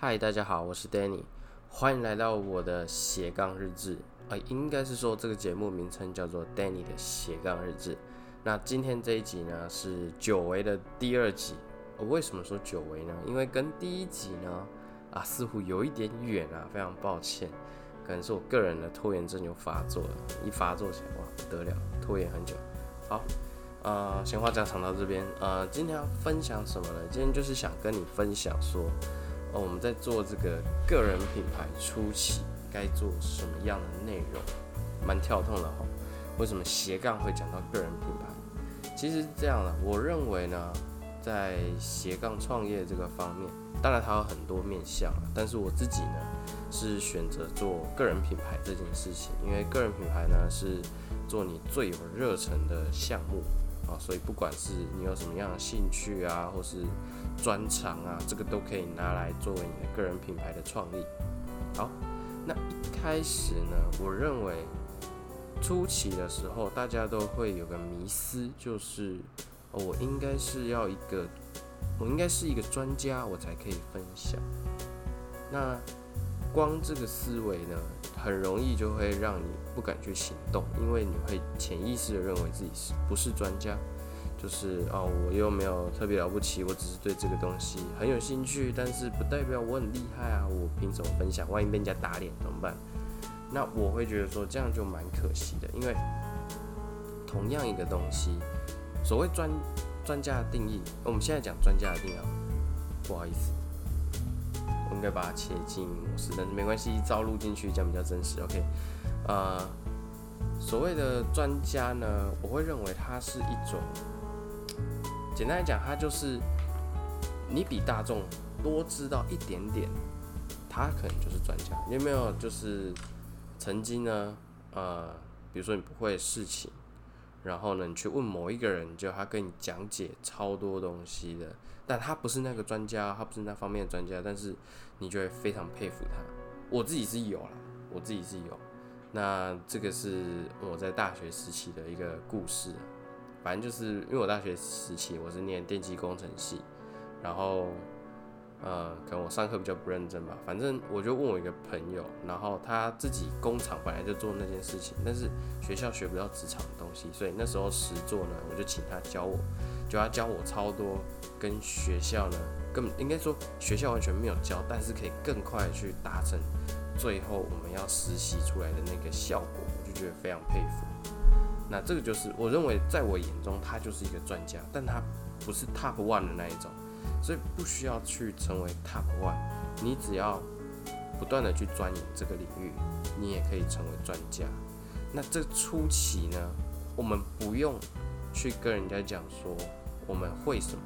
嗨，大家好，我是 Danny，欢迎来到我的斜杠日志。应该是说这个节目名称叫做 Danny 的斜杠日志。那今天这一集呢是久违的第二集。为什么说久违呢？因为跟第一集呢似乎有一点远非常抱歉，可能是我个人的拖延症有发作了，一发作起来不得了，拖延很久。好，闲话家常到这边，今天要分享什么呢？今天就是想跟你分享说。我们在做这个个人品牌初期该做什么样的内容，蛮跳痛的哈。为什么斜杠会讲到个人品牌？其实是这样的，我认为呢，在斜杠创业这个方面，当然它有很多面向，但是我自己呢是选择做个人品牌这件事情，因为个人品牌呢是做你最有热忱的项目。所以不管是你有什么样的兴趣或是专长这个都可以拿来作为你的个人品牌的创立。好，那一开始呢，我认为初期的时候，大家都会有个迷思，就是我应该是一个专家，我才可以分享。那光这个思维呢，很容易就会让你不敢去行动，因为你会潜意识的认为自己不是专家，就是我又没有特别了不起，我只是对这个东西很有兴趣，但是不代表我很厉害我凭什么分享？万一被人家打脸怎么办？那我会觉得说这样就蛮可惜的，因为同样一个东西，所谓专家的定义，我们现在讲专家的定义，不好意思。我应该把它切静音模式，但是没关系，照录进去这样比较真实。OK， 所谓的专家呢，我会认为它是一种，简单来讲，它就是你比大众多知道一点点，他可能就是专家。你有没有就是曾经呢，比如说你不会的事情，然后呢，你去问某一个人，就他跟你讲解超多东西的，但他不是那个专家，他不是那方面的专家，但是你就会非常佩服他。我自己是有啦，我自己是有。那这个是我在大学时期的一个故事，反正就是因为我大学时期我是念电机工程系，然后可能我上课比较不认真吧，反正我就问我一个朋友，然后他自己工厂本来就做那件事情，但是学校学不到职场的东西，所以那时候实作呢，我就请他教我，就他教我超多跟学校呢，根本应该说学校完全没有教，但是可以更快去达成最后我们要实习出来的那个效果，我就觉得非常佩服。那这个就是我认为在我眼中他就是一个专家，但他不是 top one 的那一种。所以不需要去成为 top one， 你只要不断的去钻研这个领域，你也可以成为专家。那这初期呢，我们不用去跟人家讲说我们会什么。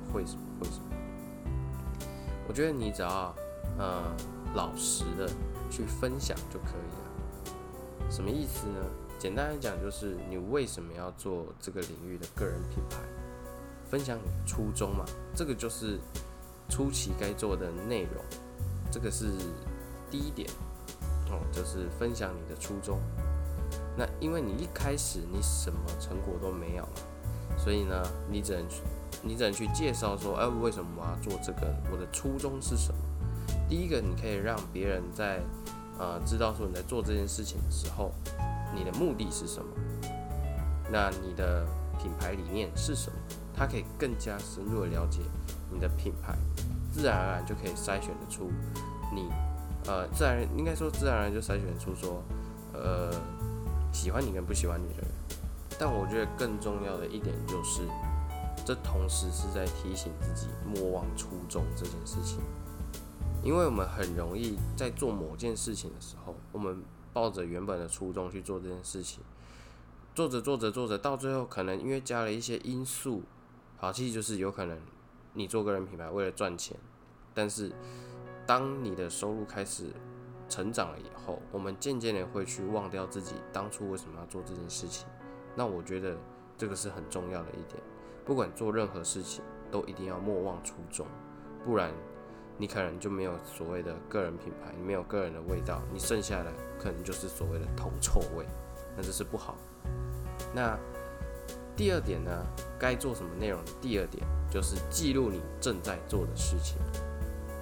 我觉得你只要老实的去分享就可以了。什么意思呢？简单来讲就是你为什么要做这个领域的个人品牌，分享你的初衷嘛，这个就是初期该做的内容，这个是第一点就是分享你的初衷。那因为你一开始你什么成果都没有嘛，所以呢，你只能去介绍说，为什么我要做这个？我的初衷是什么？第一个，你可以让别人在知道说你在做这件事情的时候，你的目的是什么？那你的品牌理念是什么？他可以更加深入的了解你的品牌，自然而然就可以筛选得出你，自然而然就筛选出说，喜欢你跟不喜欢你的人。但我觉得更重要的一点就是，这同时是在提醒自己莫忘初衷这件事情，因为我们很容易在做某件事情的时候，我们抱着原本的初衷去做这件事情，做着，到最后可能因为加了一些因素。好，其实就是有可能你做个人品牌为了赚钱，但是当你的收入开始成长了以后，我们渐渐的会去忘掉自己当初为什么要做这件事情。那我觉得这个是很重要的一点，不管做任何事情都一定要莫忘初衷，不然你可能就没有所谓的个人品牌，你没有个人的味道，你剩下的可能就是所谓的铜臭味，那这是不好。那第二点呢，该做什么内容的第二点就是记录你正在做的事情。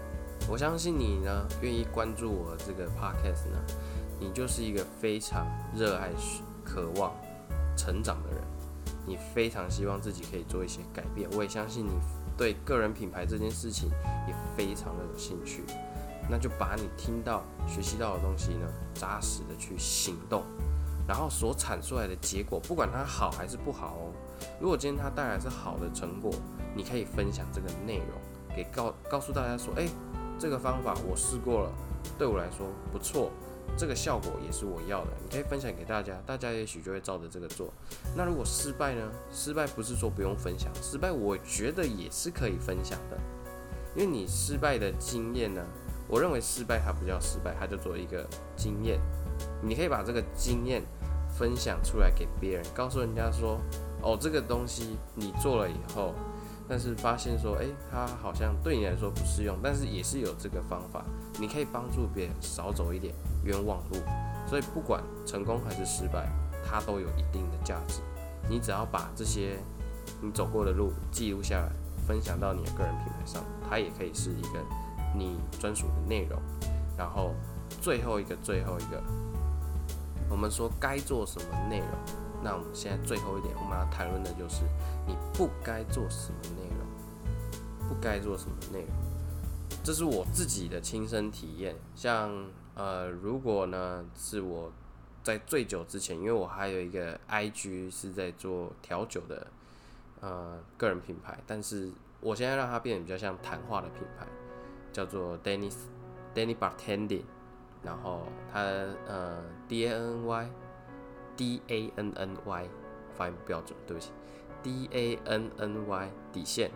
我相信你呢，愿意关注我这个 podcast 呢，你就是一个非常热爱、渴望成长的人。你非常希望自己可以做一些改变。我也相信你对个人品牌这件事情也非常的有兴趣。那就把你听到、学习到的东西呢，扎实的去行动，然后所产出来的结果，不管它好还是不好哦。如果今天它带来是好的成果，你可以分享这个内容，给告诉大家说，这个方法我试过了，对我来说不错，这个效果也是我要的，你可以分享给大家，大家也许就会照着这个做。那如果失败呢？失败不是说不用分享，失败我觉得也是可以分享的，因为你失败的经验呢，我认为失败它不叫失败，它叫做一个经验。你可以把这个经验分享出来给别人，告诉人家说，这个东西你做了以后，但是发现说，它好像对你来说不适用，但是也是有这个方法，你可以帮助别人少走一点冤枉路。所以不管成功还是失败，它都有一定的价值。你只要把这些你走过的路记录下来，分享到你的个人品牌上，它也可以是一个你专属的内容。然后最后一个，我们说该做什么内容，那我们现在最后一点，我们要谈论的就是你不该做什么内容，不该做什么内容。这是我自己的亲身体验。像如果呢是我在最久之前，因为我还有一个 IG 是在做调酒的个人品牌，但是我现在让它变得比较像谈话的品牌，叫做 Danny Bartending， 然后它DANNY 发音不标准，对不起 DANNY 底线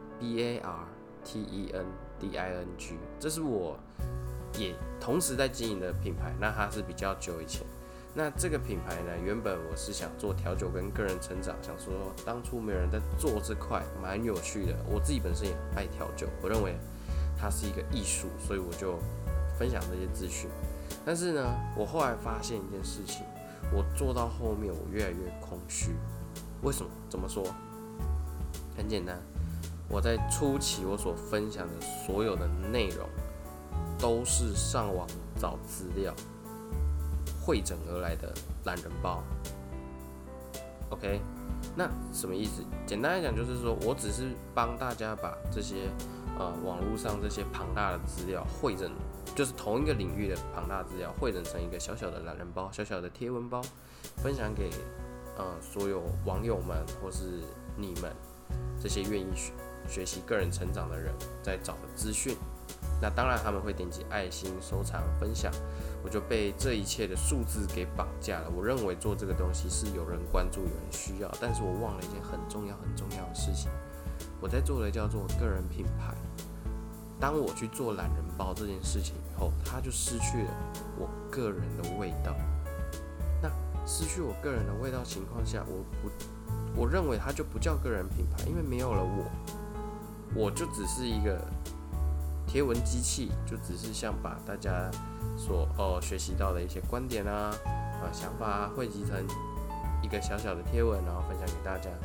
BARTENDING， 这是我也同时在经营的品牌。那它是比较久以前。那这个品牌呢，原本我是想做调酒跟个人成长，想说当初没有人在做这块，蛮有趣的。我自己本身也爱调酒，我认为它是一个艺术，所以我就分享这些资讯。但是呢，我后来发现一件事情，我做到后面我越来越空虚。为什么？怎么说？很简单，我在初期我所分享的所有的内容，都是上网找资料汇整而来的懒人包。OK， 那什么意思？简单来讲就是说，我只是帮大家把这些网络上这些庞大的资料汇整，就是同一个领域的庞大资料汇整成一个小小的懒人包、小小的贴文包，分享给所有网友们或是你们这些愿意学习个人成长的人在找的资讯。那当然他们会点击爱心、收藏、分享，我就被这一切的数字给绑架了。我认为做这个东西是有人关注、有人需要，但是我忘了一件很重要的事情，我在做的叫做个人品牌。当我去做懒人包这件事情以后，它就失去了我个人的味道。那失去我个人的味道情况下，我认为它就不叫个人品牌，因为没有了我就只是一个贴文机器，就只是像把大家所学习到的一些观点想法汇集成一个小小的贴文，然后分享给大家。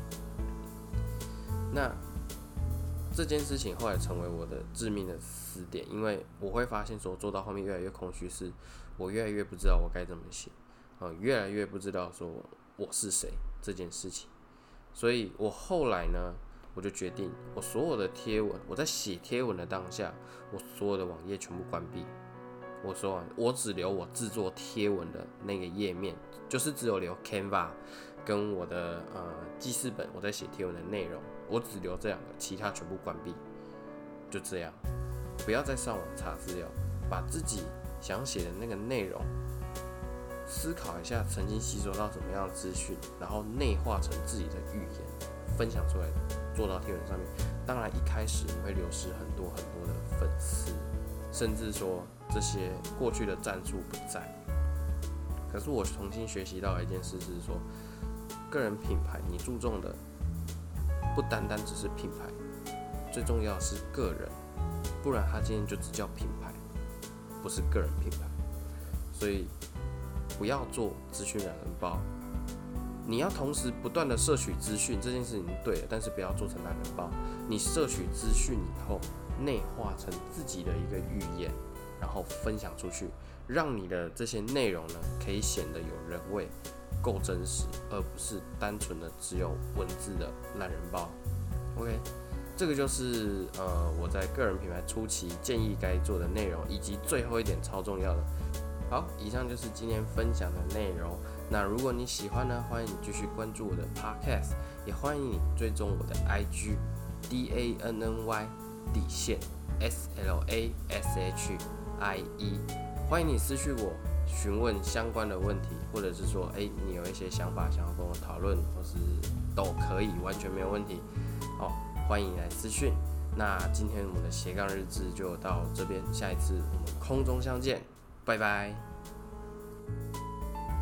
那这件事情后来成为我的致命的死点，因为我会发现说做到后面越来越空虚，是我越来越不知道我该怎么写，越来越不知道说我是谁这件事情。所以我后来呢，我就决定，我所有的贴文，我在写贴文的当下，我所有的网页全部关闭。我说我只留我制作贴文的那个页面，就是只有留 Canva 跟我的记事本，我在写贴文的内容，我只留这两个，其他全部关闭。就这样，不要再上网查资料，把自己想写的那个内容思考一下，曾经吸收到什么样的资讯，然后内化成自己的语言，分享出来，做到贴文上面。当然一开始你会流失很多的粉丝，甚至说这些过去的战术不在。可是我重新学习到的一件事是说，个人品牌你注重的不单单只是品牌，最重要的是个人，不然它今天就只叫品牌，不是个人品牌。所以不要做资讯懒人包，你要同时不断的摄取资讯，这件事情对的，但是不要做成懒人包。你摄取资讯以后， 内化成自己的一个语言，然后分享出去，让你的这些内容呢可以显得有人味，够真实，而不是单纯的只有文字的懒人包。OK， 这个就是我在个人品牌初期建议该做的内容，以及最后一点超重要的。好，以上就是今天分享的内容。那如果你喜欢呢，欢迎你继续关注我的 Podcast， 也欢迎你追踪我的 IG DANNY SLASHIE， 欢迎你私讯我询问相关的问题，或者是说，你有一些想法想要跟我讨论，或是都可以，完全没有问题。好，欢迎你来私讯。那今天我们的斜杠日志就到这边，下一次我们空中相见，拜拜。